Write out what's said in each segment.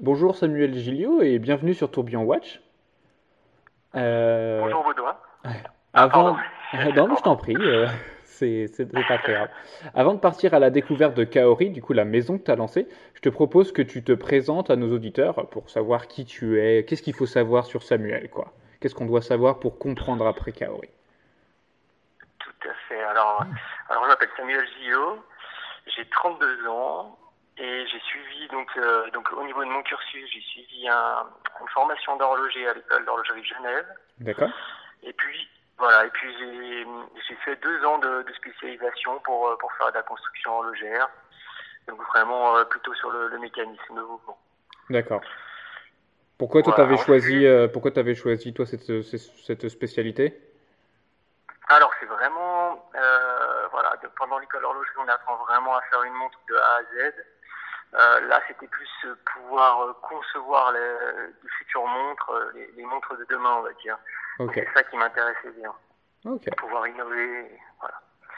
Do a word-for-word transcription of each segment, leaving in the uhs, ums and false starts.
Bonjour Samuel Gilliot et bienvenue sur Tourbillon Watch. Euh, Bonjour Baudouin. Ah, pardon. avant... Non mais je t'en prie, euh, c'est c'est- c'est pas très grave. Avant de partir à la découverte de Kaori, du coup la maison que tu as lancée, je te propose que tu te présentes à nos auditeurs pour savoir qui tu es, qu'est-ce qu'il faut savoir sur Samuel, quoi. Qu'est-ce qu'on doit savoir pour comprendre après Kaori. Tout à fait. Alors, alors je m'appelle Samuel Gillot, j'ai trente-deux ans et j'ai suivi, donc, euh, donc au niveau de mon cursus, j'ai suivi un- une formation d'horloger à l'école d'horlogerie de Genève. D'accord? Et puis, voilà, et puis j'ai j'ai fait deux ans de, de spécialisation pour, euh, pour faire de la construction horlogère. Donc vraiment euh, plutôt sur le, le mécanisme de mouvement. D'accord. Pourquoi toi Voilà, t'avais choisi, ensuite, euh, pourquoi t'avais choisi toi cette, cette cette spécialité? alors c'est vraiment, euh, voilà, de- pendant l'école horlogerie, on apprend vraiment à faire une montre de A à Z. Euh, là, c'était plus euh, pouvoir euh, concevoir les, les futures montres, euh, les, les montres de demain, on va dire. Donc Ok. c'est ça qui m'intéressait bien, Ok. pouvoir innover, voilà.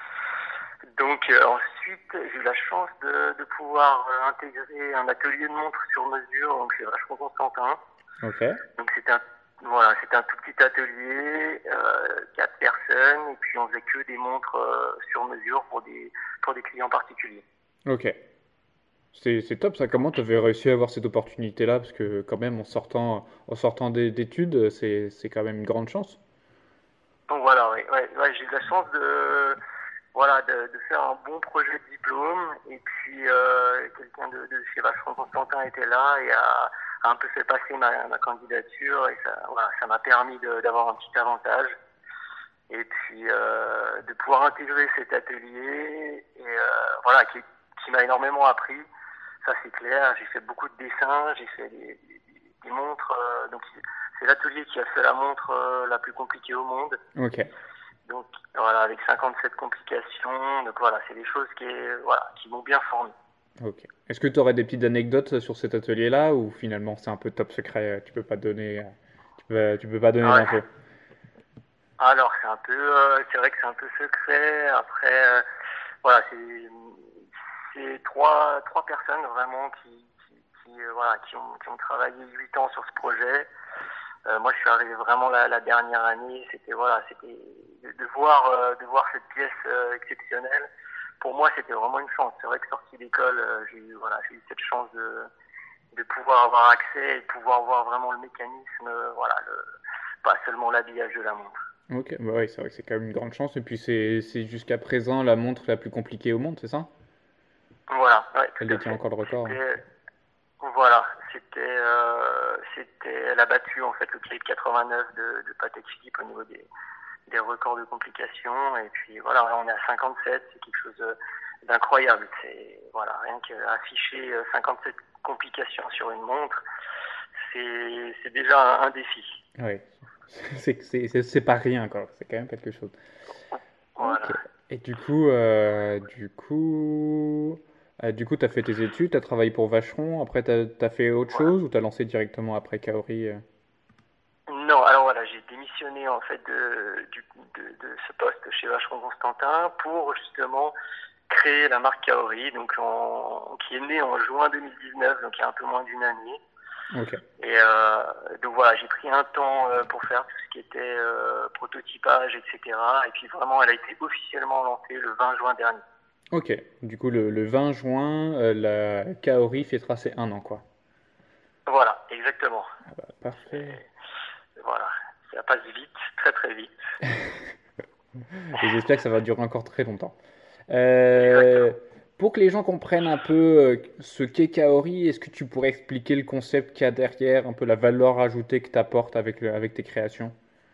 Donc euh, ensuite, j'ai eu la chance de, de pouvoir euh, intégrer un atelier de montres sur mesure, donc c'est vachement Constantin. Ok. Donc c'était un, voilà, c'était un tout petit atelier, euh, quatre personnes, et puis on faisait que des montres euh, sur mesure pour des pour des clients particuliers. Ok. C'est c'est top ça. Comment tu Donc avais réussi à avoir cette opportunité-là? Parce que quand même, en sortant, en sortant des- d'études, c'est c'est quand même une grande chance. Donc voilà, ouais, ouais, ouais, j'ai eu la chance de, voilà, de, de faire un bon projet de diplôme. Et puis euh, quelqu'un de, de chez Vacheron Constantin était là et a, a un peu fait passer ma, ma candidature. Et ça, voilà, ça m'a permis de- d'avoir un petit avantage. Et puis euh, de pouvoir intégrer cet atelier et euh, voilà, qui, qui m'a énormément appris. Ça c'est clair. J'ai fait beaucoup de dessins, j'ai fait des, des, des montres. Euh, donc c'est l'atelier qui a fait la montre euh, la plus compliquée au monde. Ok. Donc voilà, avec cinquante-sept complications. Donc voilà, c'est des choses qui, voilà, qui m'ont bien formé. Ok. Est-ce que tu aurais des petites anecdotes sur cet atelier-là ou finalement c'est un peu top secret, tu peux pas donner, euh, tu peux, tu peux pas donner Ah ouais. d'infos? Alors c'est un peu, euh, c'est vrai que c'est un peu secret. Après, euh, voilà, c'est c'est trois trois personnes vraiment qui qui, qui, euh, voilà, qui ont qui ont travaillé huit ans sur ce projet. Euh, moi, je suis arrivé vraiment la, la dernière année. C'était voilà, c'était de, de voir euh, de voir cette pièce euh, exceptionnelle. Pour moi, c'était vraiment une chance. C'est vrai que sorti d'école, euh, j'ai eu voilà, j'ai eu cette chance de de pouvoir avoir accès et de pouvoir voir vraiment le mécanisme, euh, voilà, le, pas seulement l'habillage de la montre. Ok. Bah oui, c'est vrai que c'est quand même une grande chance. Et puis c'est c'est jusqu'à présent la montre la plus compliquée au monde, c'est ça? Voilà, ouais, Elle tout à détient fait. encore le record, hein. C'était, voilà, c'était, euh, c'était, elle a battu en fait le pied de quatre-vingt-neuf de, de Patek Philippe au niveau des, des records de complications. Et puis voilà, on est à cinquante-sept, c'est quelque chose euh, d'incroyable. C'est voilà, rien qu'afficher euh, cinquante-sept complications sur une montre, c'est, c'est déjà un, un défi. Oui. C'est c'est c'est c'est pas rien quoi. C'est quand même quelque chose. Ok. Voilà. Et du coup, euh, du coup, euh, du coup, t'as fait tes études, t'as travaillé pour Vacheron, après t'as, t'as fait autre Voilà. chose ou t'as lancé directement après Kaori euh Non, alors voilà, j'ai démissionné en fait de, du, de, de ce poste chez Vacheron Constantin pour justement créé la marque Kaori, donc en, qui est née en juin deux mille dix-neuf, donc il y a un peu moins d'une année. Ok, Et euh, donc voilà, j'ai pris un temps euh, pour faire tout ce qui était euh, prototypage, et cetera. Et puis vraiment, elle a été officiellement lancée le vingt juin dernier. ok. Du coup, le, le vingt juin, euh, la Kaori fêtera ses un an, quoi. Voilà, exactement. Ah bah, parfait. Et voilà, ça passe vite, très très vite. Et j'espère que ça va durer encore très longtemps. Euh, Exactement. pour que les gens comprennent un peu euh, ce qu'est Kaori, est-ce que tu pourrais expliquer le concept qu'il y a derrière, un peu la valeur ajoutée que tu apportes avec, le- avec tes créations?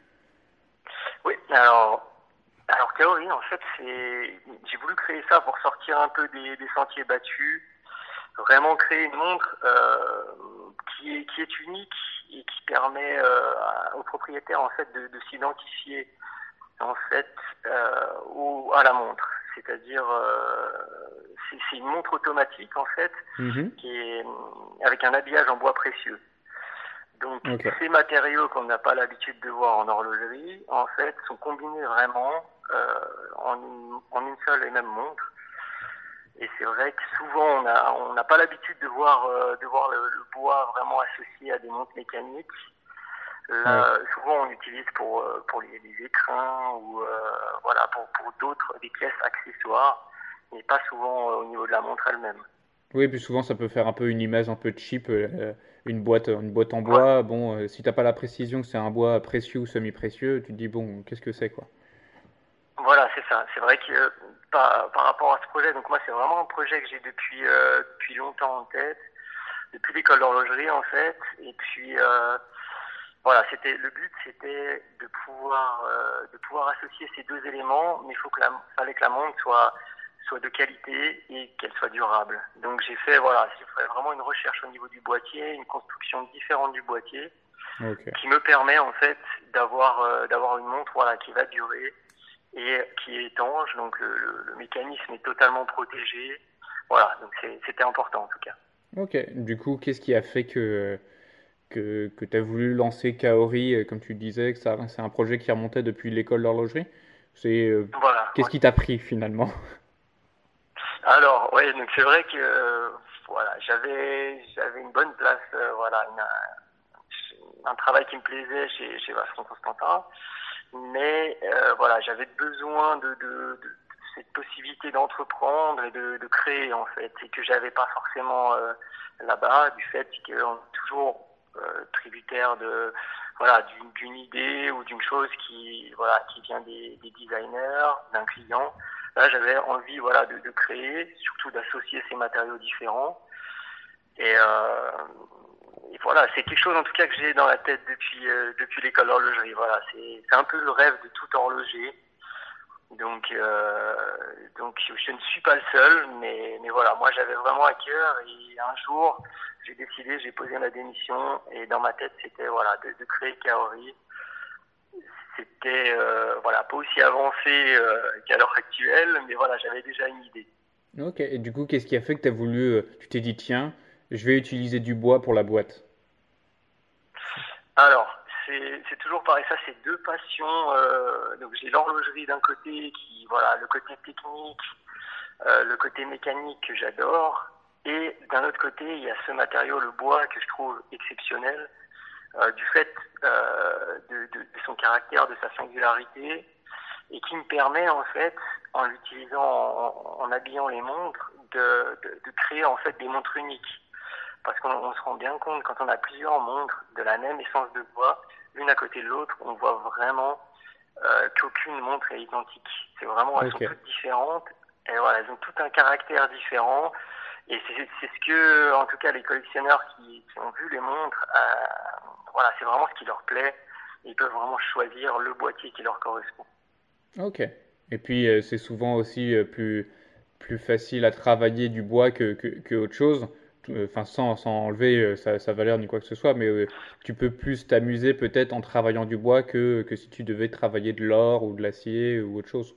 Oui, alors Alors Kaori, en fait, c'est j'ai voulu créer ça pour sortir un peu des, des sentiers battus, vraiment créer une montre euh, qui est qui est unique et qui permet euh, aux propriétaires en fait de, de s'identifier en fait euh, au, à la montre. C'est-à-dire euh, c'est c'est une montre automatique en fait Mhm. qui est avec un habillage en bois précieux. Donc Ok, ces matériaux qu'on n'a pas l'habitude de voir en horlogerie, en fait, sont combinés vraiment euh, en, une, en une seule et même montre. Et c'est vrai que souvent on a on n'a pas l'habitude de voir euh, de voir le, le bois vraiment associé à des montres mécaniques. Ouais. Là, souvent on l'utilise pour euh, pour les, les écrins ou euh, voilà pour pour d'autres des pièces accessoires, mais pas souvent euh, au niveau de la montre elle-même. Oui, puis souvent ça peut faire un peu une image un peu cheap, euh, une boîte, une boîte en Ouais, bois. Bon, euh, si t'as pas la précision que c'est un bois précieux ou semi-précieux, tu te dis bon, qu'est-ce que c'est quoi? voilà, c'est ça. C'est vrai que euh, par, par rapport à ce projet, donc moi c'est vraiment un projet que j'ai depuis euh, depuis longtemps en tête, depuis l'école d'horlogerie en fait, et puis euh, voilà, c'était le but, c'était de pouvoir euh, de pouvoir associer ces deux éléments, mais il faut que la, fallait que la montre soit soit de qualité et qu'elle soit durable. Donc j'ai fait voilà, j'ai fait vraiment une recherche au niveau du boîtier, une construction différente du boîtier, Ok. qui me permet en fait d'avoir euh, d'avoir une montre voilà qui va durer et qui est étanche, donc le, le, le mécanisme est totalement protégé. Voilà, donc c'était important en tout cas. Ok. Du coup, qu'est-ce qui a fait que que, que tu as voulu lancer Kaori, euh, comme tu disais, que ça, c'est un projet qui remontait depuis l'école d'horlogerie? C'est euh, Voilà. qu'est-ce Ouais. qui t'a pris finalement? Alors, ouais, donc c'est vrai que euh, voilà, j'avais j'avais une bonne place, euh, voilà, une- un travail qui me plaisait chez chez Vacheron Constantin, mais euh, voilà, j'avais besoin de, de, de cette possibilité d'entreprendre et de, de créer en fait, et que j'avais pas forcément euh, là-bas, du fait qu'on est toujours euh, tributaire de voilà d'une d'une idée ou d'une chose qui voilà qui vient des, des designers, d'un client. Là, j'avais envie voilà de, de créer, surtout d'associer ces matériaux différents. Et, euh, et voilà, c'est quelque chose en tout cas que j'ai dans la tête depuis euh, depuis l'école d'horlogerie. Voilà, c'est c'est un peu le rêve de tout horloger. Donc euh, donc je ne suis pas le seul, mais mais voilà, moi j'avais vraiment à cœur et un jour j'ai décidé, j'ai posé ma démission et dans ma tête c'était voilà de, de créer Kaori. C'était euh, voilà pas aussi avancé euh, qu'à l'heure actuelle, mais voilà j'avais déjà une idée. Ok. Et du coup, qu'est-ce qui a fait que tu as voulu, euh, tu t'es dit, tiens, je vais utiliser du bois pour la boîte? Alors, c'est c'est toujours pareil, ça c'est deux passions. Euh, donc j'ai l'horlogerie d'un côté qui, voilà, le côté technique, euh, le côté mécanique que j'adore. Et d'un autre côté, il y a ce matériau, le bois, que je trouve exceptionnel, euh, du fait euh, de, de, de son caractère, de sa singularité, et qui me permet en fait, en l'utilisant, en, en habillant les montres, de, de, de créer en fait des montres uniques. Parce qu'on on se rend bien compte, quand on a plusieurs montres de la même essence de bois, l'une à côté de l'autre, on voit vraiment euh, qu'aucune montre est identique. C'est vraiment, elles sont Ok. toutes différentes, et voilà, elles ont tout un caractère différent, et c'est c'est ce que, en tout cas, les collectionneurs qui, qui ont vu les montres, euh, voilà, c'est vraiment ce qui leur plaît, ils peuvent vraiment choisir le boîtier qui leur correspond. Ok. Et puis, euh, c'est souvent aussi euh, plus, plus facile à travailler du bois que, que, que autre chose. Tout- euh, Enfin, sans, sans enlever euh, sa, sa valeur ni quoi que ce soit, mais euh, tu peux plus t'amuser peut-être en travaillant du bois que, que si tu devais travailler de l'or ou de l'acier ou autre chose.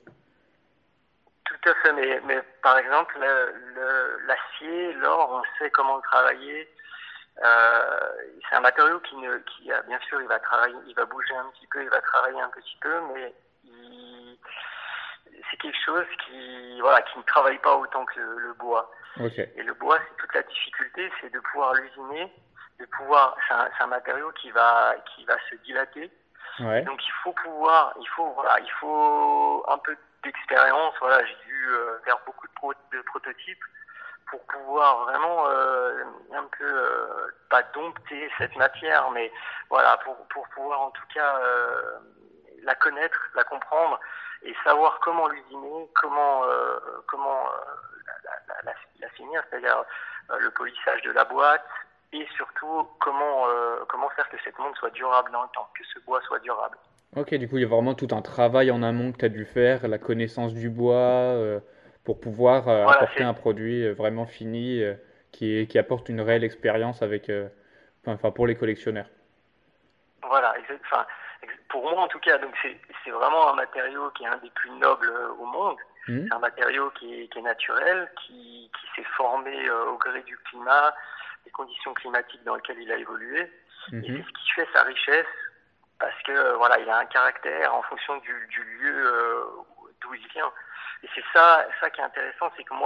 Tout à fait, mais, mais par exemple, le- le- l'acier, l'or, on sait comment le travailler. Euh, c'est un matériau qui ne, qui a, bien sûr, il va travailler, il va bouger un petit peu, il va travailler un petit peu, mais il, c'est quelque chose qui, voilà, qui ne travaille pas autant que le, le bois. Ok. Et le bois, c'est toute la difficulté, c'est de pouvoir l'usiner, de pouvoir, c'est un, c'est un matériau qui va, qui va se dilater. Et Ouais. donc il faut pouvoir, il faut, voilà, il faut un peu d'expérience. Voilà, j'ai dû euh, faire beaucoup de, pro- de prototypes pour pouvoir vraiment euh, un peu euh, pas dompter cette matière, mais voilà, pour, pour pouvoir en tout cas euh, la connaître, la comprendre et savoir comment l'usiner, comment euh, comment euh, la, la, la, la finir, c'est-à-dire euh, le polissage de la boîte et surtout comment euh, comment faire que cette montre soit durable dans le temps, que ce bois soit durable. Ok, du coup, il y a vraiment tout un travail en amont que tu as dû faire, la connaissance du bois, euh, pour pouvoir euh, Voilà, apporter c'est un produit euh, vraiment fini, euh, qui, est- qui apporte une réelle expérience avec, euh, enfin, enfin, pour les collectionneurs. voilà, exact- enfin, ex- pour moi en tout cas, donc c'est c'est vraiment un matériau qui est un des plus nobles euh, au monde. Hmm. C'est un matériau qui est, qui est naturel, qui, qui s'est formé euh, au gré du climat, des conditions climatiques dans lesquelles il a évolué. Et c'est Mhm. ce qui fait sa richesse, parce que euh, voilà, il a un caractère en fonction du, du lieu euh, d'où il vient. Et c'est ça, ça qui est intéressant, c'est que moi,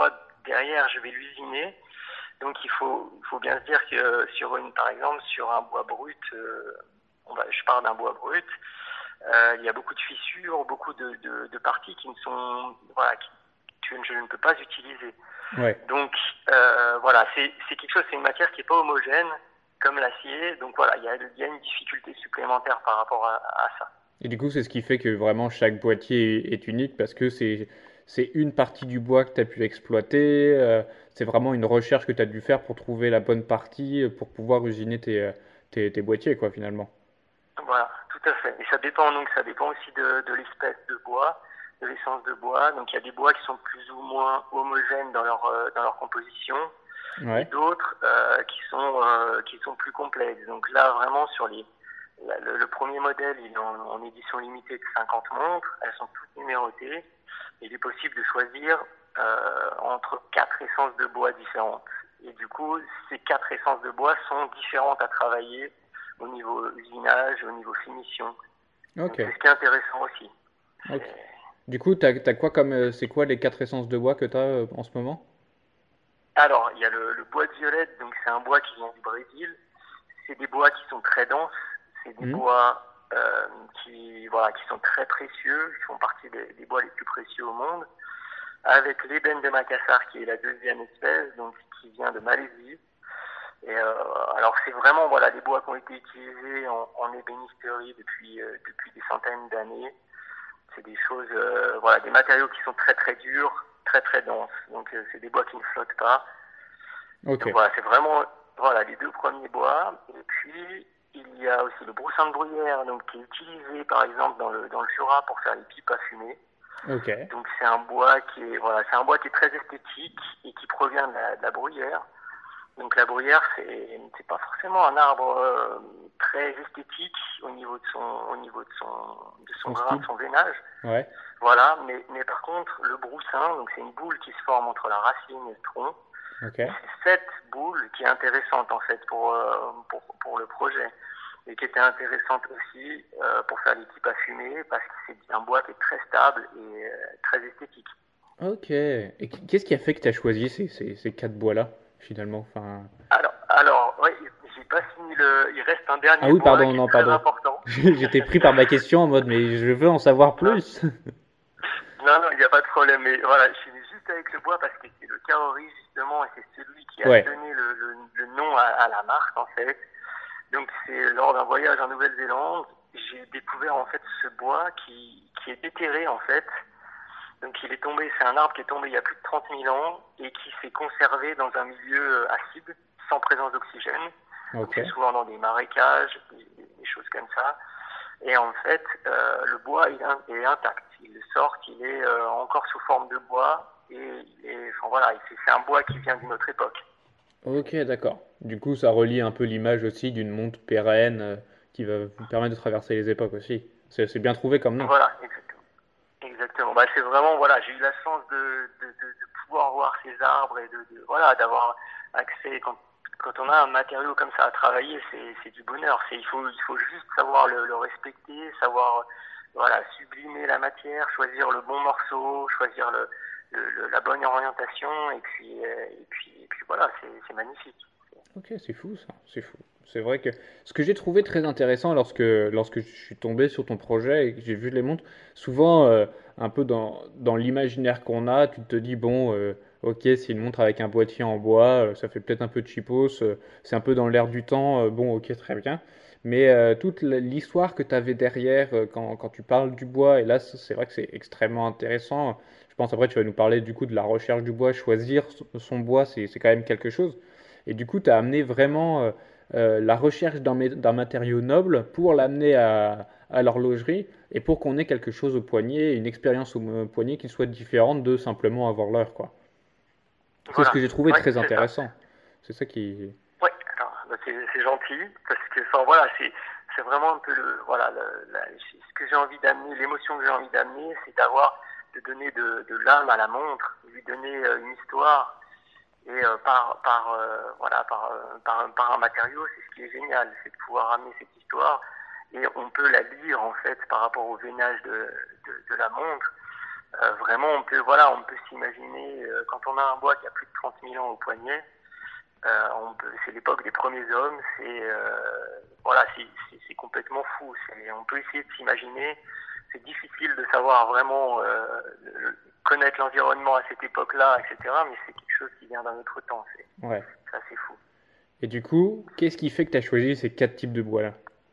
derrière, je vais l'usiner. Donc il faut, il faut bien se dire que sur une, par exemple, sur un bois brut, euh, on va, je pars d'un bois brut, euh, il y a beaucoup de fissures, beaucoup de, de, de parties qui ne sont, voilà, qui, que je ne peux pas utiliser. Ouais. Donc euh, voilà, c'est, c'est quelque chose, c'est une matière qui n'est pas homogène, comme l'acier. Donc voilà, il y a, il y a une difficulté supplémentaire par rapport à, à ça. Et du coup, c'est ce qui fait que vraiment chaque boîtier est, est unique parce que c'est c'est une partie du bois que tu as pu exploiter. Euh, c'est vraiment une recherche que tu as dû faire pour trouver la bonne partie euh, pour pouvoir usiner tes, euh, tes, tes boîtiers, quoi, finalement. Voilà, tout à fait. Et ça dépend donc, ça dépend aussi de, de l'espèce de bois, de l'essence de bois. Donc il y a des bois qui sont plus ou moins homogènes dans leur euh, dans leur composition, et Ouais. d'autres euh, qui sont euh, qui sont plus complexes. Donc là vraiment sur les la- le, le premier modèle, il est en, en édition limitée de cinquante montres. Elles sont toutes numérotées. Il est possible de choisir euh, entre quatre essences de bois différentes. Et du coup, ces quatre essences de bois sont différentes à travailler au niveau usinage, au niveau finition. Ok. Donc c'est ce qui est intéressant aussi. Ok. C'est- Du coup, t'as, t'as quoi comme, euh, c'est quoi les quatre essences de bois que tu as en ce moment? Alors, il y a le, le bois de violette, donc c'est un bois qui vient du Brésil. C'est des bois qui sont très denses, c'est des Hmm. bois euh, qui, voilà, qui sont très précieux, qui font partie des, des bois les plus précieux au monde. Avec l'ébène de Macassar, qui est la deuxième espèce, donc qui vient de Malaisie. Et euh, alors c'est vraiment voilà des bois qui ont été utilisés en, en ébénisterie depuis euh, depuis des centaines d'années. C'est des choses euh, voilà des matériaux qui sont très très durs, très très denses. Donc euh, c'est des bois qui ne flottent pas. Ok. Donc voilà, c'est vraiment voilà les deux premiers bois. Et puis il y a aussi le broussin de bruyère, donc qui est utilisé par exemple dans le dans le Jura pour faire les pipes à fumer. Ok. Donc c'est un bois qui est voilà c'est un bois qui est très esthétique et qui provient de la, de la bruyère. Donc la bruyère, c'est c'est pas forcément un arbre euh, très esthétique au niveau de son au niveau de son de son Son grain, de style? son veinage. Ouais. Voilà, mais mais par contre le broussin, donc c'est une boule qui se forme entre la racine et le tronc. Ok. Et c'est cette boule qui est intéressante en fait pour euh, pour pour le projet et qui était intéressante aussi euh, pour faire les types à fumer parce que c'est un bois qui est très stable et euh, très esthétique. Ok. Et qu'est-ce qui a fait que tu as choisi ces, ces, ces quatre bois-là, finalement? Enfin... Alors alors ouais, j'ai pas fini le, il reste un Ah dernier oui, bois pardon, qui est non, très pardon. important. J'étais pris par ma question en mode, mais je veux en savoir Non, plus. non, non, il n'y a pas de problème. Mais voilà, je finis juste avec le bois parce que c'est le kaori justement et c'est celui qui a Ouais. donné le, le, le nom à, à la marque en fait. Donc c'est lors d'un voyage en Nouvelle-Zélande, j'ai découvert en fait ce bois qui, qui est déterré en fait. Donc il est tombé, c'est un arbre qui est tombé il y a plus de trente mille ans et qui s'est conservé dans un milieu acide, sans présence d'oxygène. Donc Ok. c'est souvent dans des marécages, des, des choses comme ça. Et en fait, euh, le bois il est intact. Il sort, il est euh, encore sous forme de bois et, et enfin, voilà, c'est c'est un bois qui vient d'une autre époque. Ok, d'accord. Du coup, ça relie un peu l'image aussi d'une montre pérenne euh, qui va vous permettre de traverser les époques aussi. C'est c'est bien trouvé comme nom. Voilà, exactement. Exactement. Bah, c'est vraiment voilà, j'ai eu la chance de, de, de, de pouvoir voir ces arbres et de, de voilà, d'avoir accès quand quand on a un matériau comme ça à travailler, c'est c'est du bonheur. C'est il faut il faut juste savoir le, le respecter, savoir voilà sublimer la matière, choisir le bon morceau, choisir le, le, le- la bonne orientation et puis euh, et puis et puis voilà, c'est c'est magnifique. Ok, c'est fou ça, c'est fou. C'est vrai que ce que j'ai trouvé très intéressant lorsque, lorsque je suis tombé sur ton projet et que j'ai vu les montres, souvent euh, un peu dans, dans l'imaginaire qu'on a, tu te dis bon, euh, ok, c'est une montre avec un boîtier en bois, euh, ça fait peut-être un peu cheapos, euh, c'est un peu dans l'air du temps, euh, bon, ok, très bien. Mais euh, toute la- l'histoire que tu avais derrière euh, quand, quand tu parles du bois, et là c'est c'est vrai que c'est extrêmement intéressant. Je pense après tu vas nous parler du coup de la recherche du bois, choisir son son bois, c'est c'est quand même quelque chose. Et du coup, tu as amené vraiment euh, euh, la recherche d'un mé- d'un matériau noble pour l'amener à, à l'horlogerie et pour qu'on ait quelque chose au poignet, une expérience au euh, poignet qui soit différente de simplement avoir l'heure, quoi. C'est ce que Voilà, j'ai trouvé oui, très c'est ça. intéressant. C'est ça qui... Ouais, alors bah, c'est c'est gentil parce que enfin voilà, c'est c'est vraiment un peu le voilà le, la- ce que j'ai envie d'amener, l'émotion que j'ai envie d'amener, c'est d'avoir de donner de, de l'âme à la montre, lui donner euh, une histoire et euh, par par euh, voilà par, euh, par un- par un matériau, c'est ce qui est génial, c'est de pouvoir amener cette histoire et on peut la lire en fait par rapport au veinage de de, de la montre. Euh, vraiment, on peut, voilà, on peut s'imaginer, euh, quand on a un bois qui a plus de trente mille ans au poignet, euh, on peut, c'est l'époque des premiers hommes, c'est, euh, voilà, c'est, c'est, c'est complètement fou. C'est, on peut essayer de s'imaginer. C'est difficile de savoir vraiment euh, connaître l'environnement à cette époque-là, et cetera. Mais c'est quelque chose qui vient d'un autre temps. C'est, Ouais. c'est assez fou. Et du coup, qu'est-ce qui fait que tu as choisi ces quatre types de bois-là?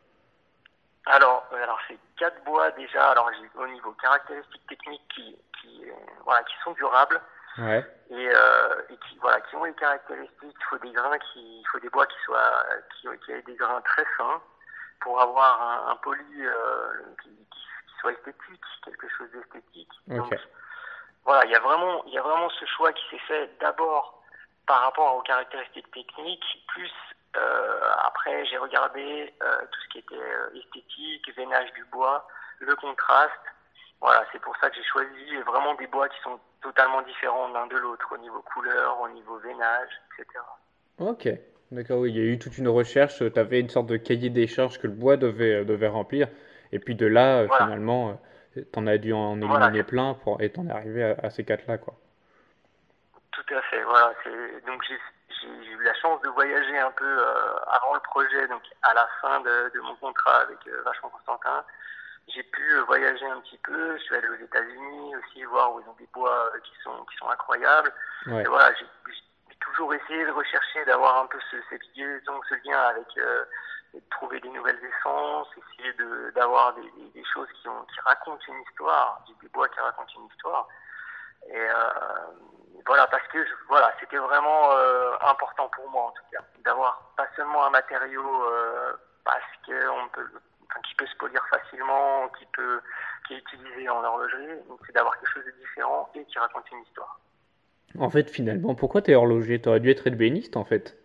Alors, euh, alors c'est quatre bois déjà. Alors, j'ai, au niveau caractéristiques techniques qui, qui, euh, voilà, qui sont durables Ouais. et, euh, et qui, voilà, qui ont les caractéristiques. Il faut des grains qui, il faut des bois qui soient, qui, qui aient des grains très fins pour avoir un, un poli euh, qui, qui, qui soit esthétique, quelque chose d'esthétique. Donc, Ok. voilà, il y a vraiment, il y a vraiment ce choix qui s'est fait d'abord par rapport aux caractéristiques techniques, plus euh, après j'ai regardé euh, tout ce qui était euh, esthétique, veinage du bois, le contraste. Voilà, c'est pour ça que j'ai choisi vraiment des bois qui sont totalement différents l'un de l'autre au niveau couleur, au niveau veinage, et cetera. Ok. D'accord, oui, il y a eu toute une recherche. Tu avais une sorte de cahier des charges que le bois devait, euh, devait remplir. Et puis de là, euh, Voilà, finalement, tu en as dû en voilà, éliminer c'est plein pour, et t'en es arrivé à, à ces quatre-là, quoi. tout à fait. Voilà, c'est donc j'ai j'ai eu la chance de voyager un peu euh, avant le projet, donc à la fin de, de mon contrat avec euh, Vachon Constantin. J'ai pu euh, voyager un petit peu. Je suis allé aux États-Unis aussi voir où ils ont des bois euh, qui sont qui sont incroyables. Et Ouais. voilà, j'ai j'ai toujours essayé de rechercher, d'avoir un peu ce, cette liaison, ce lien avec, euh, de trouver des nouvelles essences, essayer de d'avoir des, des, des choses qui ont qui racontent une histoire, des bois qui racontent une histoire. Et euh, voilà, parce que je- voilà, c'était vraiment euh, important pour moi en tout cas, d'avoir pas seulement un matériau euh, parce que on peut, enfin, qui peut se polir facilement, qui peut, qui est utilisé en horlogerie, donc c'est d'avoir quelque chose de différent et qui raconte une histoire. En fait, finalement, pourquoi t'es horloger? T'aurais dû être ébéniste, en fait.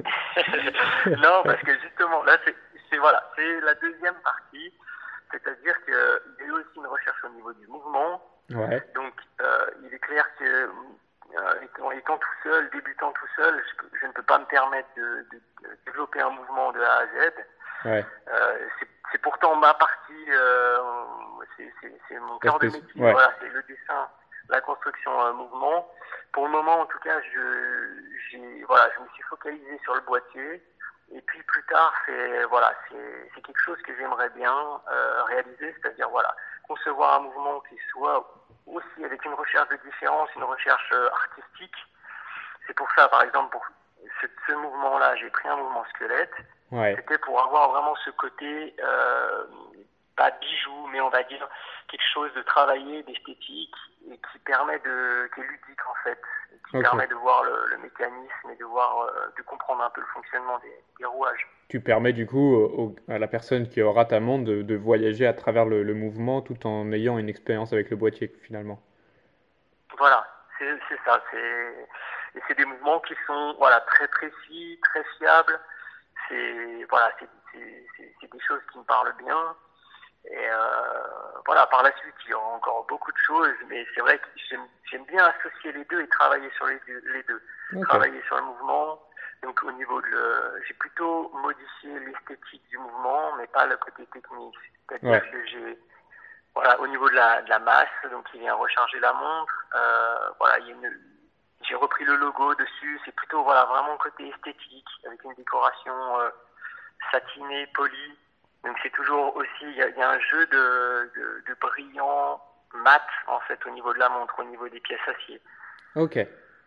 Non, parce que justement, là, c'est, c'est voilà, c'est la deuxième partie, c'est-à-dire qu'il y a eu aussi une recherche au niveau du mouvement. Ouais. Donc, euh, il est clair que, euh, étant, étant tout seul, débutant tout seul, je, je ne peux pas me permettre de, de- de développer un mouvement de A à Z. Ouais. Euh, c'est, c'est pourtant ma partie, euh, c'est, c'est- c'est mon Ta cœur de spéc- métier, Ouais. voilà, c'est le dessin, la construction euh, mouvement. Pour le moment, en tout cas, je, j'ai, voilà, je me suis focalisé sur le boîtier. Et puis plus tard, c'est voilà, c'est, c'est quelque chose que j'aimerais bien euh, réaliser, c'est-à-dire voilà, concevoir un mouvement qui soit aussi avec une recherche de différence, une recherche euh, artistique. C'est pour ça, par exemple, pour ce, ce mouvement-là, j'ai pris un mouvement squelette. Ouais. C'était pour avoir vraiment ce côté, euh, pas bijou, mais on va dire quelque chose de travaillé, d'esthétique, et qui permet de, qui est ludique en fait, et qui Ok. permet de voir le, le mécanisme et de voir, euh, de comprendre un peu le fonctionnement des, des rouages. Tu permets du coup au- au- à la personne qui aura ta montre de, de voyager à travers le, le mouvement tout en ayant une expérience avec le boîtier, finalement. Voilà, c'est c'est ça. C'est et c'est des mouvements qui sont voilà très précis, très fiables. C'est voilà, c'est c'est c'est c'est des choses qui me parlent bien. Et euh, voilà, par la suite, il y aura encore beaucoup de choses, mais c'est vrai que j'aime j'aime bien associer les deux et travailler sur les deux, les deux. Ok. Travailler sur le mouvement. Donc au niveau de le, j'ai plutôt modifié l'esthétique du mouvement, mais pas le côté technique. C'est-à-dire Ouais. que j'ai voilà, au niveau de la, de la masse, donc il vient recharger la montre. Euh, voilà, il y a une, j'ai repris le logo dessus. C'est plutôt voilà vraiment côté esthétique avec une décoration euh, satinée, polie. Donc c'est toujours aussi il y a, il y a un jeu de, de, de brillant mat en fait au niveau de la montre, au niveau des pièces acier. Ok.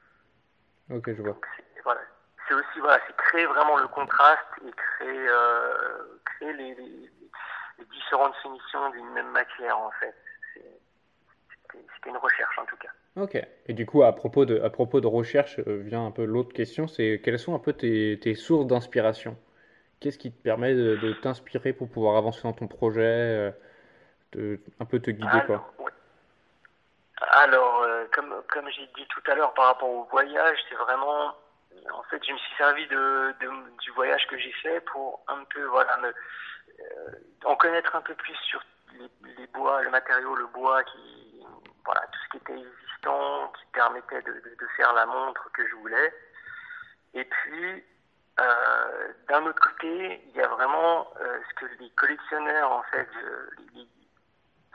Ok, je vois. Donc c'est voilà, c'est aussi voilà, c'est créer vraiment le contraste et créer euh, créer les, les, les différentes finitions d'une même matière en fait. C'est, C'était c'était une recherche en tout cas. Ok. Et du coup, à propos de, à propos de recherche, euh, vient un peu l'autre question, c'est quelles sont un peu tes, tes sources d'inspiration? Qu'est-ce qui te permet de, de t'inspirer pour pouvoir avancer dans ton projet, euh, de, un peu te guider, quoi? Alors, ouais. Alors euh, comme, comme j'ai dit tout à l'heure par rapport au voyage, c'est vraiment, en fait, je me suis servi de, de- du voyage que j'ai fait pour un peu, voilà, me, euh, en connaître un peu plus sur les, les bois, le matériau, le bois, qui, voilà, tout ce qui était existant, qui permettait de, de, de faire la montre que je voulais. Et puis, euh, d'un autre côté, il y a vraiment euh, ce que les collectionneurs, en fait, je- les,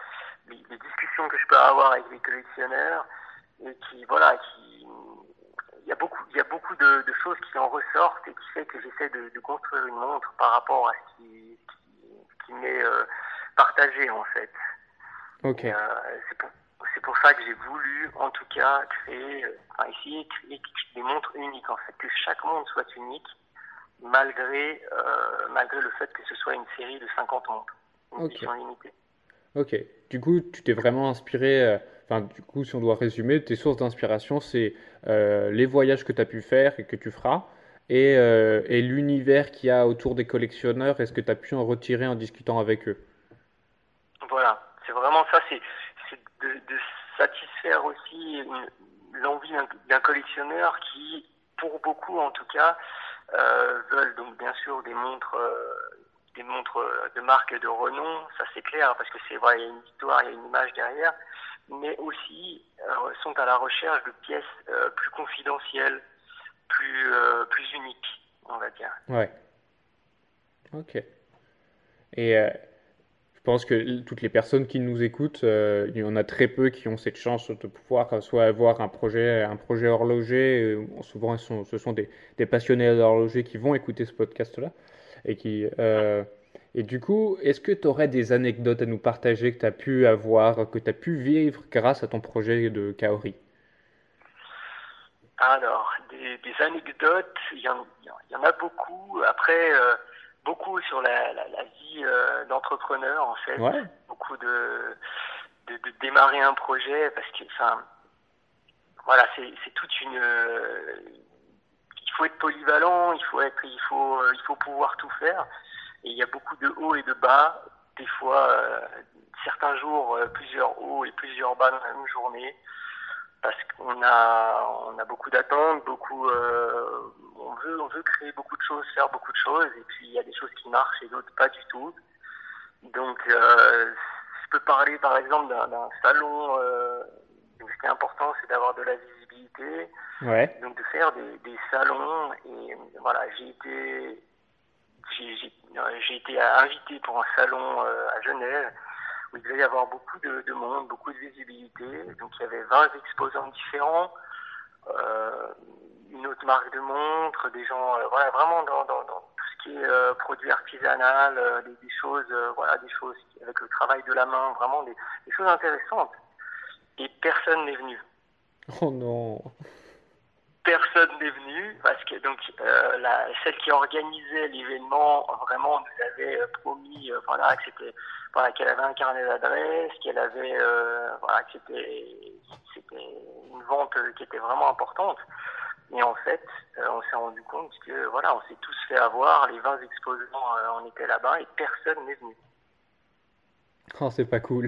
les, les discussions que je peux avoir avec les collectionneurs et qui, voilà, qui, il y a beaucoup, il y a beaucoup de, de choses qui en ressortent et qui fait que j'essaie de, de construire une montre par rapport à ce qui, qui, qui m'est euh, partagé en fait. Ok. Et, euh, c'est pour, c'est pour ça que j'ai voulu, en tout cas, créer, euh, enfin, essayer de créer des montres uniques en fait, que chaque montre soit unique, malgré, euh, malgré le fait que ce soit une série de cinquante montres, une Ok. édition limitée. Ok. Du coup, tu t'es vraiment inspiré. euh, Enfin, du coup, si on doit résumer, tes sources d'inspiration, c'est euh, les voyages que tu as pu faire et que tu feras, et, euh, et l'univers qu'il y a autour des collectionneurs, et ce que tu as pu en retirer en discutant avec eux. Voilà, c'est vraiment ça, c'est, c'est de, de satisfaire aussi une- l'envie d'un, d'un collectionneur qui, pour beaucoup en tout cas, euh, veulent donc bien sûr des montres, euh, des montres euh, de marque de renom, ça c'est clair, parce que c'est vrai, il y a une histoire, il y a une image derrière, mais aussi euh, sont à la recherche de pièces euh, plus confidentielles, plus, euh, plus uniques, on va dire. Ouais. Ok. Et euh, je pense que l- toutes les personnes qui nous écoutent, euh, il y en a très peu qui ont cette chance de pouvoir euh, soit avoir un projet, un projet horloger. euh, souvent, ce sont, ce sont des, des passionnés d'horloger qui vont écouter ce podcast-là. Et qui, euh, et du coup, est-ce que tu aurais des anecdotes à nous partager que tu as pu avoir, que tu as pu vivre grâce à ton projet de Kaori? Alors, des, des anecdotes, il y, en, il y en a beaucoup. Après, euh, beaucoup sur la, la, la vie euh, d'entrepreneur, en fait. Ouais, Beaucoup de, de, de démarrer un projet, parce que, enfin, voilà, c'est, c'est toute une... euh, il faut être polyvalent, il faut être, il faut, euh, il faut pouvoir tout faire. Et il y a beaucoup de hauts et de bas. Des fois, euh, certains jours, euh, plusieurs hauts et plusieurs bas dans la même journée parce qu'on a on a beaucoup d'attentes, beaucoup euh, on veut on veut créer beaucoup de choses, faire beaucoup de choses, et puis il y a des choses qui marchent et d'autres pas du tout. Donc euh, je peux parler par exemple d'un, d'un salon. Euh, donc ce qui est important, c'est d'avoir de la visibilité, ouais, donc de faire des, des salons. Et voilà, j'ai été j'ai, j'ai, euh, j'ai été invité pour un salon euh, à Genève où il devait y avoir beaucoup de, de monde, beaucoup de visibilité. Donc il y avait vingt exposants différents, euh, une autre marque de montre, des gens, euh, voilà, vraiment dans, dans, dans tout ce qui est euh, produit artisanal, euh, des, des choses, euh, voilà, des choses avec le travail de la main, vraiment des, des choses intéressantes. Et personne n'est venu. oh non, Personne n'est venu parce que donc euh, la, celle qui organisait l'événement vraiment nous avait euh, promis euh, voilà que c'était voilà qu'elle avait un carnet d'adresses, qu'elle avait euh, voilà que c'était c'était une vente qui était vraiment importante. Et en fait, euh, on s'est rendu compte que voilà, on s'est tous fait avoir, les vingt exposants euh, on était là-bas et personne n'est venu. oh c'est pas cool.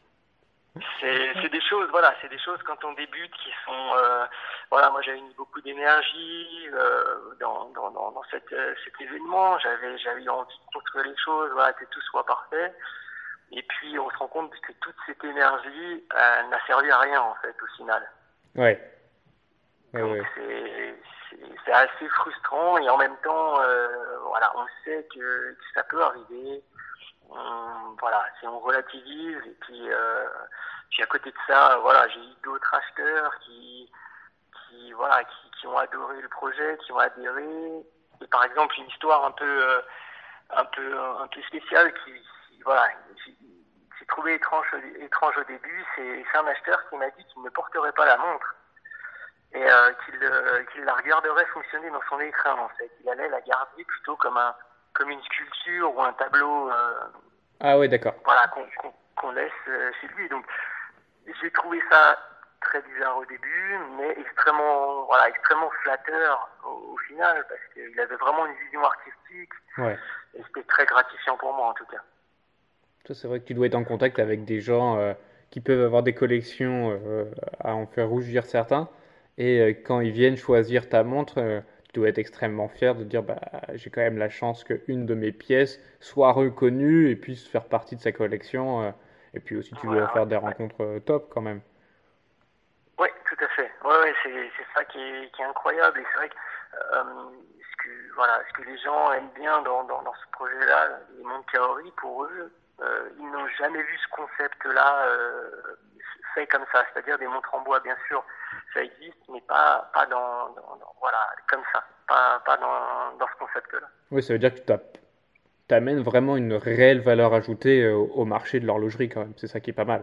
C'est, c'est des choses, voilà, c'est des choses quand on débute qui sont, euh, voilà, moi j'avais mis beaucoup d'énergie euh, dans, dans, dans, dans cette, euh, cet événement, j'avais, j'avais envie de construire les choses, voilà, que tout soit parfait. Et puis on se rend compte que toute cette énergie euh, n'a servi à rien en fait au final. Ouais, ouais, Donc ouais. c'est, c'est, c'est assez frustrant et en même temps, euh, voilà, on sait que, que ça peut arriver. On, voilà, si on relativise et puis, euh, puis à côté de ça, voilà, j'ai eu d'autres acheteurs qui, qui, voilà, qui, qui ont adoré le projet, qui ont adhéré. Et par exemple, une histoire un peu, euh, un peu, un peu spéciale qui, qui voilà, j'ai, j'ai trouvé étrange, étrange au début. C'est, c'est un acheteur qui m'a dit qu'il ne porterait pas la montre et euh, qu'il, euh, qu'il la regarderait fonctionner dans son écran en fait. Il allait la garder plutôt comme un, comme une sculpture ou un tableau. Euh, Ah ouais, d'accord. voilà, qu'on qu'on- qu'on laisse euh, chez lui. Donc, j'ai trouvé ça très bizarre au début, mais extrêmement, voilà, extrêmement flatteur au, au final, parce qu'il avait vraiment une vision artistique, Ouais. et c'était très gratifiant pour moi en tout cas. Ça, c'est vrai que tu dois être en contact avec des gens euh, qui peuvent avoir des collections euh, à en faire rougir certains. Et euh, quand ils viennent choisir ta montre, euh, tu dois être extrêmement fier de dire bah, j'ai quand même la chance qu'une de mes pièces soit reconnue et puisse faire partie de sa collection. euh. Et puis aussi, tu dois Voilà, ouais, faire des ouais. rencontres euh, top quand même. Oui, tout à fait. Ouais, ouais, c'est, c'est ça qui est, qui est incroyable. Et c'est vrai que, euh, ce que, voilà, ce que les gens aiment bien dans, dans, dans ce projet-là, les montres Kaori, pour eux, euh, ils n'ont jamais vu ce concept-là euh, fait comme ça, c'est-à-dire des montres en bois, bien sûr, ça existe, mais pas pas dans, dans, dans- voilà comme ça, pas pas dans dans ce concept-là. Oui, ça veut dire que tu amènes vraiment une réelle valeur ajoutée euh, au marché de l'horlogerie quand même. C'est ça qui est pas mal.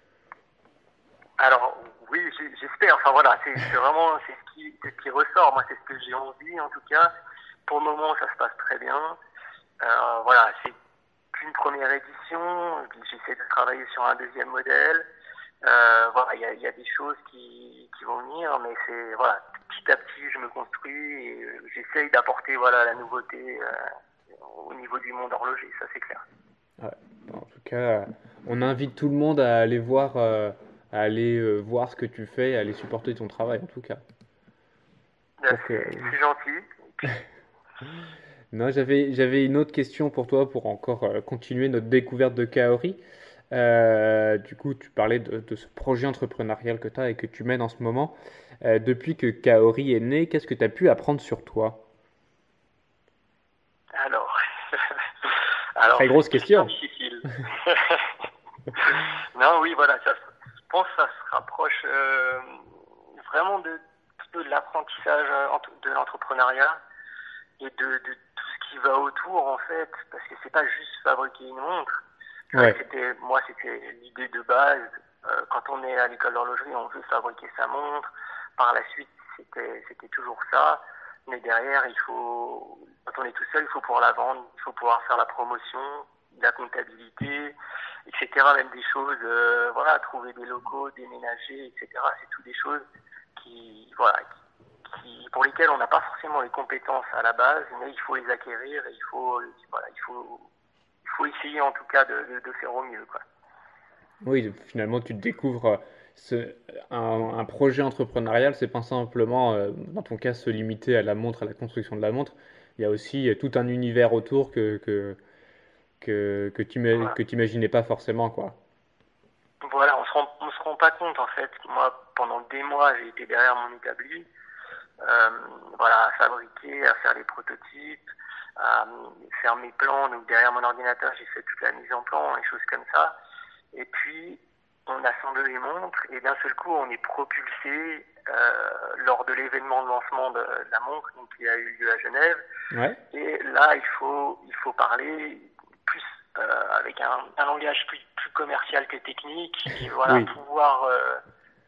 Alors oui, j'ai- j'espère. Enfin voilà, c'est c'est vraiment c'est ce qui c'est ce qui ressort. Moi, c'est ce que j'ai envie en tout cas. Pour le moment, ça se passe très bien. Euh, voilà, c'est qu'une première édition. Puis j'essaie de travailler sur un deuxième modèle. Euh, voilà, il y a, il y a des choses qui, qui vont venir, mais c'est voilà, petit à petit, je me construis et euh, j'essaye d'apporter voilà la nouveauté euh, au niveau du monde horloger. Ça, c'est clair. Ouais. En tout cas, on invite tout le monde à aller voir, euh, à aller euh, voir ce que tu fais, à aller supporter ton travail en tout cas. Là, Pour que... c'est c'est gentil. Et puis, Non, j'avais, j'avais une autre question pour toi pour encore euh, continuer notre découverte de Kaori. Euh, du coup, tu parlais de, de ce projet entrepreneurial que tu as et que tu mènes en ce moment. Euh, depuis que Kaori est né, qu'est-ce que tu as pu apprendre sur toi? alors, alors Très c'est grosse une question question. difficile. Non, oui, voilà, ça, je pense que ça se rapproche euh, vraiment de, de l'apprentissage euh, entre- de l'entrepreneuriat et de, de tout ce qui va autour en fait, parce que c'est pas juste fabriquer une montre. C'est vrai que Ouais, c'était, moi, c'était l'idée de base. Euh, quand on est à l'école d'horlogerie, on veut fabriquer sa montre. Par la suite, c'était, c'était toujours ça. Mais derrière, il faut, quand on est tout seul, il faut pouvoir la vendre, il faut pouvoir faire la promotion, la comptabilité, et cetera. Même des choses, euh, voilà, trouver des locaux, déménager, et cetera. C'est tout des choses qui, voilà, qui, pour lesquelles on n'a pas forcément les compétences à la base, mais il faut les acquérir et il faut, voilà, il faut, il faut essayer en tout cas de, de, de faire au mieux, quoi. oui, finalement, tu te découvres euh, ce, un, un projet entrepreneurial, c'est pas simplement, euh, dans ton cas, se limiter à la montre, à la construction de la montre. Il y a aussi euh, tout un univers autour que, que, que, que tu ima- Voilà. que t'imaginais pas forcément, quoi. Voilà, on se rend, on se rend pas compte en fait. Moi, pendant des mois, j'ai été derrière mon établi, euh, voilà, à fabriquer, à faire les prototypes, à faire mes plans. Donc derrière mon ordinateur, j'ai fait toute la mise en plan, et choses comme ça. Et puis, on assemble les montres et d'un seul coup, on est propulsé euh, lors de l'événement de lancement de, de la montre, donc, qui a eu lieu à Genève. Ouais. Et là, il faut, il faut parler plus euh, avec un, un langage plus, plus commercial que technique et voilà, Oui. pouvoir. Euh,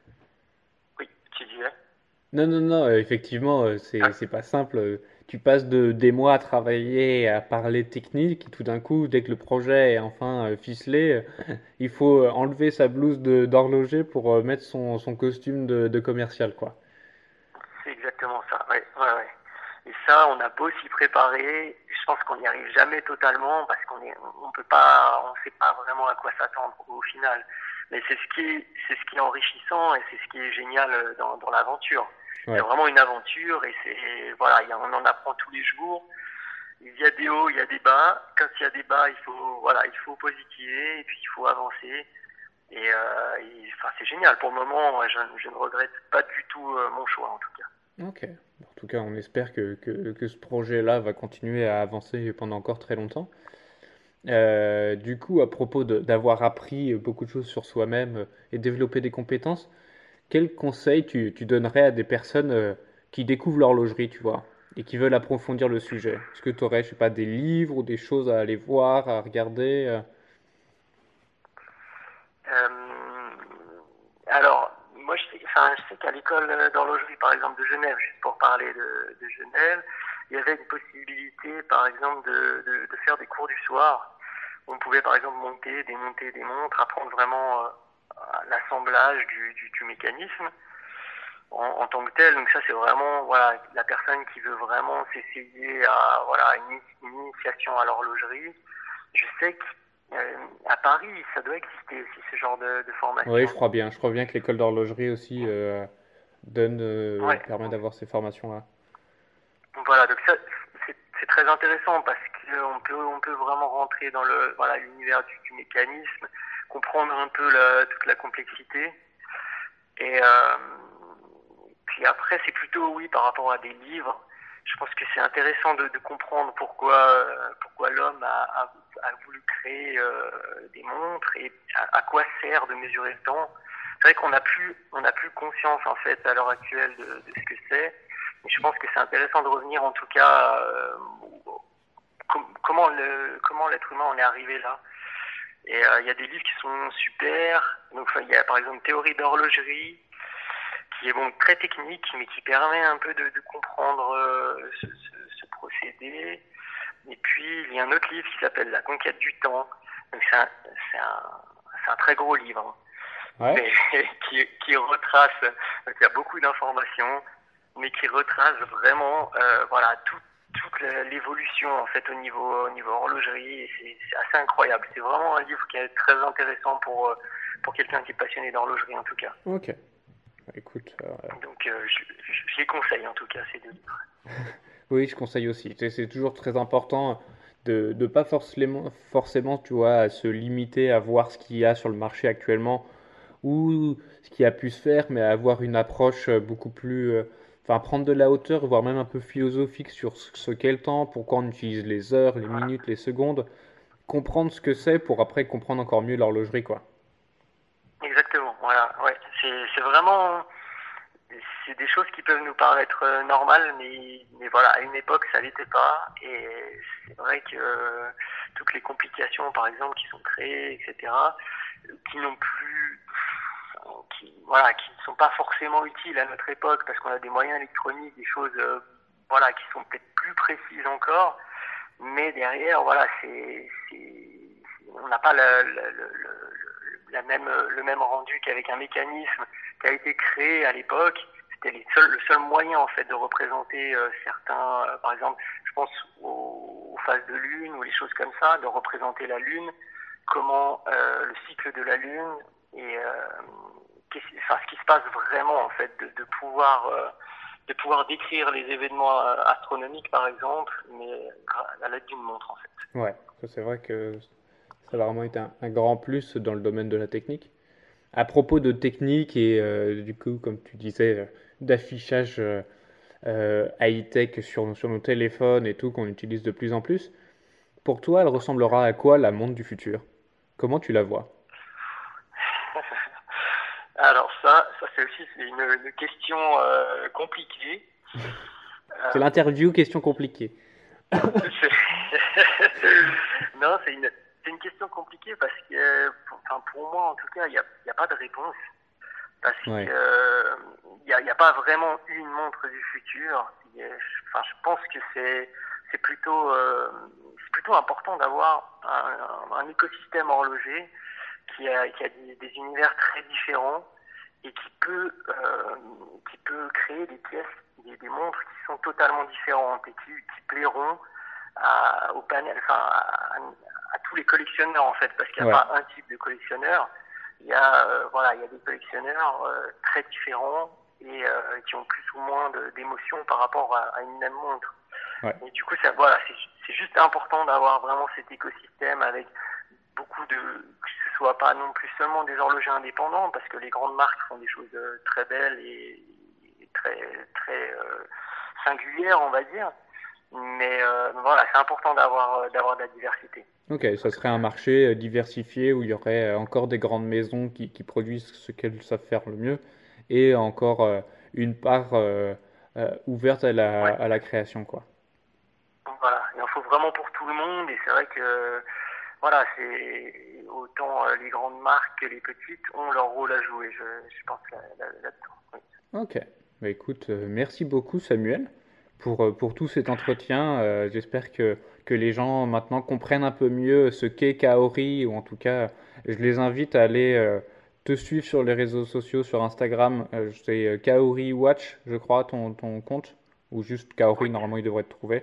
oui, tu disais. Non, non, non, euh, effectivement, euh, c'est, c'est pas simple. Euh, Tu passes de, des mois à travailler, et à parler technique, et tout d'un coup, dès que le projet est enfin euh, ficelé, euh, il faut euh, enlever sa blouse de, d'horloger pour euh, mettre son, son costume de, de commercial, quoi. C'est exactement ça. Ouais, ouais, ouais. Et ça, on a beau s'y préparer, je pense qu'on n'y arrive jamais totalement parce qu'on est, on peut pas, on sait pas vraiment à quoi s'attendre au final. Mais c'est ce qui est, c'est ce qui est enrichissant et c'est ce qui est génial euh, dans, dans l'aventure. C'est Ouais. vraiment une aventure et c'est, voilà, il y a- on en apprend tous les jours. Il y a des hauts, il y a des bas. Quand il y a des bas, il faut, voilà, il faut positiver et puis il faut avancer. Et, euh, et, enfin, c'est génial. Pour le moment, je, je ne regrette pas du tout euh, mon choix en tout cas. Ok. En tout cas, on espère que, que, que ce projet-là va continuer à avancer pendant encore très longtemps. Euh, du coup, à propos de- d'avoir appris beaucoup de choses sur soi-même euh, et développer des compétences, quel conseil tu, tu donnerais à des personnes euh, qui découvrent l'horlogerie, tu vois, et qui veulent approfondir le sujet? Est-ce que tu aurais, je sais pas, des livres ou des choses à aller voir, à regarder? euh Euh, alors, moi, je sais, enfin, je sais qu'à l'école d'horlogerie, par exemple, de Genève, juste pour parler de, de Genève, il y avait une possibilité, par exemple, de, de, de faire des cours du soir. On pouvait, par exemple, monter, démonter des montres, apprendre vraiment euh, l'assemblage du, du, du mécanisme en, en tant que tel. Donc ça, c'est vraiment voilà la personne qui veut vraiment s'essayer à voilà une, une initiation à l'horlogerie. Je sais qu'à Paris, ça doit exister aussi ce genre de, de Oui, formation. je crois bien. Je crois bien que l'école d'horlogerie aussi euh, donne, euh, Ouais. permet d'avoir ces formations-là. Donc voilà, donc ça c'est c'est très intéressant parce qu'on peut on peut vraiment rentrer dans le voilà l'univers du, du mécanisme, comprendre un peu la, toute la complexité. Et euh, puis après, c'est plutôt oui par rapport à des livres. Je pense que c'est intéressant de, de comprendre pourquoi euh, pourquoi l'homme femme a, a, a voulu créer euh, des montres et à, à quoi sert de mesurer le temps. C'est vrai qu'on n'a plus, on n'a plus conscience en fait à l'heure actuelle de, de ce que c'est. Mais je pense que c'est intéressant de revenir en tout cas euh, com- comment le, comment l'être humain en est arrivé là. Et il euh, y a des livres qui sont super. Donc il y a par exemple Théorie d'horlogerie, qui est bon très technique, mais qui permet un peu de, de comprendre euh, ce, ce, ce procédé. Et puis il y a un autre livre qui s'appelle La conquête du temps. Donc c'est un, c'est un, c'est un très gros livre, Ouais. mais qui, qui retrace. Donc il y a beaucoup d'informations, mais qui retrace vraiment, euh, voilà, tout, toute l'évolution en fait au niveau, au niveau horlogerie. Et c'est, c'est assez incroyable. C'est vraiment un livre qui est très intéressant pour pour quelqu'un qui est passionné d'horlogerie en tout cas. Ok. Écoute. Euh... Donc euh, je, je, je les conseille en tout cas ces deux livres. Oui, je conseille aussi. C'est, c'est toujours très important de ne pas forcément, forcément, tu vois, se limiter à voir ce qu'il y a sur le marché actuellement ou ce qui a pu se faire, mais à avoir une approche beaucoup plus, euh, enfin prendre de la hauteur, voire même un peu philosophique sur ce, ce qu'est le temps, pourquoi on utilise les heures, les Voilà. minutes, les secondes, comprendre ce que c'est pour après comprendre encore mieux l'horlogerie, quoi. Exactement, voilà, ouais. C'est, c'est vraiment, c'est des choses qui peuvent nous paraître euh, normales, mais, mais voilà, à une époque, ça l'était pas. Et c'est vrai que euh, toutes les complications, par exemple, qui sont créées, et cetera, qui n'ont plus, qui, voilà, qui ne sont pas forcément utiles à notre époque, parce qu'on a des moyens électroniques, des choses, euh, voilà, qui sont peut-être plus précises encore. Mais derrière, voilà, c'est, c'est on n'a pas la, la, la, la même, le même rendu qu'avec un mécanisme qui a été créé à l'époque. C'était les seuls, le seul moyen en fait de représenter euh, certains, euh, par exemple, je pense aux, aux phases de lune ou les choses comme ça, de représenter la lune, comment euh, le cycle de la lune et euh, enfin, ce qui se passe vraiment en fait, de, de pouvoir euh, de pouvoir décrire les événements astronomiques par exemple, mais à l'aide d'une montre en fait. Ouais, ça c'est vrai que ça a vraiment été un, un grand plus dans le domaine de la technique. À propos de technique et euh, du coup, comme tu disais, euh, d'affichage euh, euh, high-tech sur, sur nos téléphones et tout qu'on utilise de plus en plus, pour toi, elle ressemblera à quoi la montre du futur? Comment tu la vois? Alors ça, ça c'est aussi c'est une, une question euh, compliquée. C'est Euh, l'interview question compliquée. c'est... non, c'est une, c'est une question compliquée parce que, pour, enfin, pour moi en tout cas, il n'y a, y a pas de réponse. Parce que Ouais, il euh, n'y a, y a pas vraiment une montre du futur. Y a, enfin, je pense que c'est c'est plutôt euh, c'est plutôt important d'avoir un, un, un écosystème horloger qui a qui a des, des univers très différents et qui peut euh, qui peut créer des pièces, des, des montres qui sont totalement différentes et qui, qui plairont à, au panel, enfin à, à tous les collectionneurs en fait, parce qu'il n'y a ouais, pas un type de collectionneur. Il y a euh, voilà, il y a des collectionneurs euh, très différents et euh, qui ont plus ou moins de, d'émotions par rapport à, à une même montre. ouais, Et du coup, ça, voilà, c'est, c'est juste important d'avoir vraiment cet écosystème avec beaucoup de, que ce soit pas non plus seulement des horlogers indépendants, parce que les grandes marques font des choses euh, très belles et, et très très euh, singulières, on va dire. Mais euh, voilà, c'est important d'avoir euh, d'avoir de la diversité. Ok, En ça tout serait cas. un marché euh, diversifié où il y aurait euh, encore des grandes maisons qui, qui produisent ce qu'elles savent faire le mieux et encore euh, une part euh, euh, ouverte à la, Ouais. à la création, quoi. Donc voilà, il en faut vraiment pour tout le monde et c'est vrai que voilà, c'est autant euh, les grandes marques que les petites ont leur rôle à jouer, je, je pense là, là, là-dedans. Oui. Ok, bah écoute, euh, merci beaucoup Samuel pour, euh, pour tout cet entretien. Euh, j'espère que, que les gens maintenant comprennent un peu mieux ce qu'est Kaori, ou en tout cas, je les invite à aller euh, te suivre sur les réseaux sociaux, sur Instagram. Euh, c'est euh, Kaori Watch, je crois, ton, ton compte, ou juste Kaori, Oui. normalement il devrait te trouver.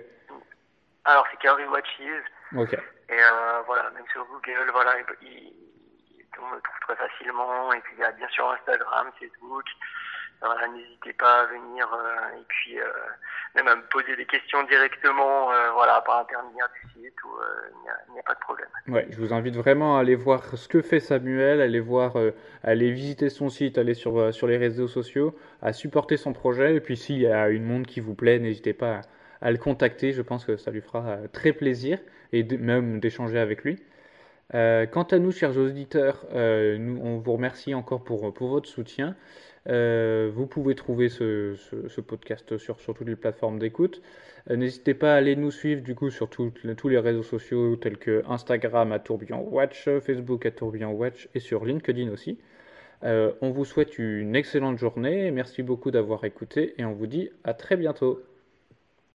Alors c'est Kaori Watches Ok, et euh, voilà, même sur Google, voilà, il, il, on me trouve très facilement et puis il y a bien sûr Instagram, Facebook. Voilà, n'hésitez pas à venir euh, et puis euh, même à me poser des questions directement, euh, voilà, par intermédiaire du site où euh, il n'y a, il n'y a pas de problème. ouais, je vous invite vraiment à aller voir ce que fait Samuel, aller voir, euh, aller visiter son site, aller sur, euh, sur les réseaux sociaux, à supporter son projet. Et puis s'il y a une montre qui vous plaît, n'hésitez pas à, à le contacter. Je pense que ça lui fera euh, très plaisir. et d- même d'échanger avec lui. Euh, quant à nous, chers auditeurs, euh, nous, on vous remercie encore pour, pour votre soutien. Euh, vous pouvez trouver ce, ce- ce podcast sur, sur toutes les plateformes d'écoute. Euh, n'hésitez pas à aller nous suivre du coup sur toutes les- tous les réseaux sociaux tels que Instagram à Tourbillon Watch, Facebook à Tourbillon Watch et sur LinkedIn aussi. Euh, on vous souhaite une excellente journée. Merci beaucoup d'avoir écouté et on vous dit à très bientôt.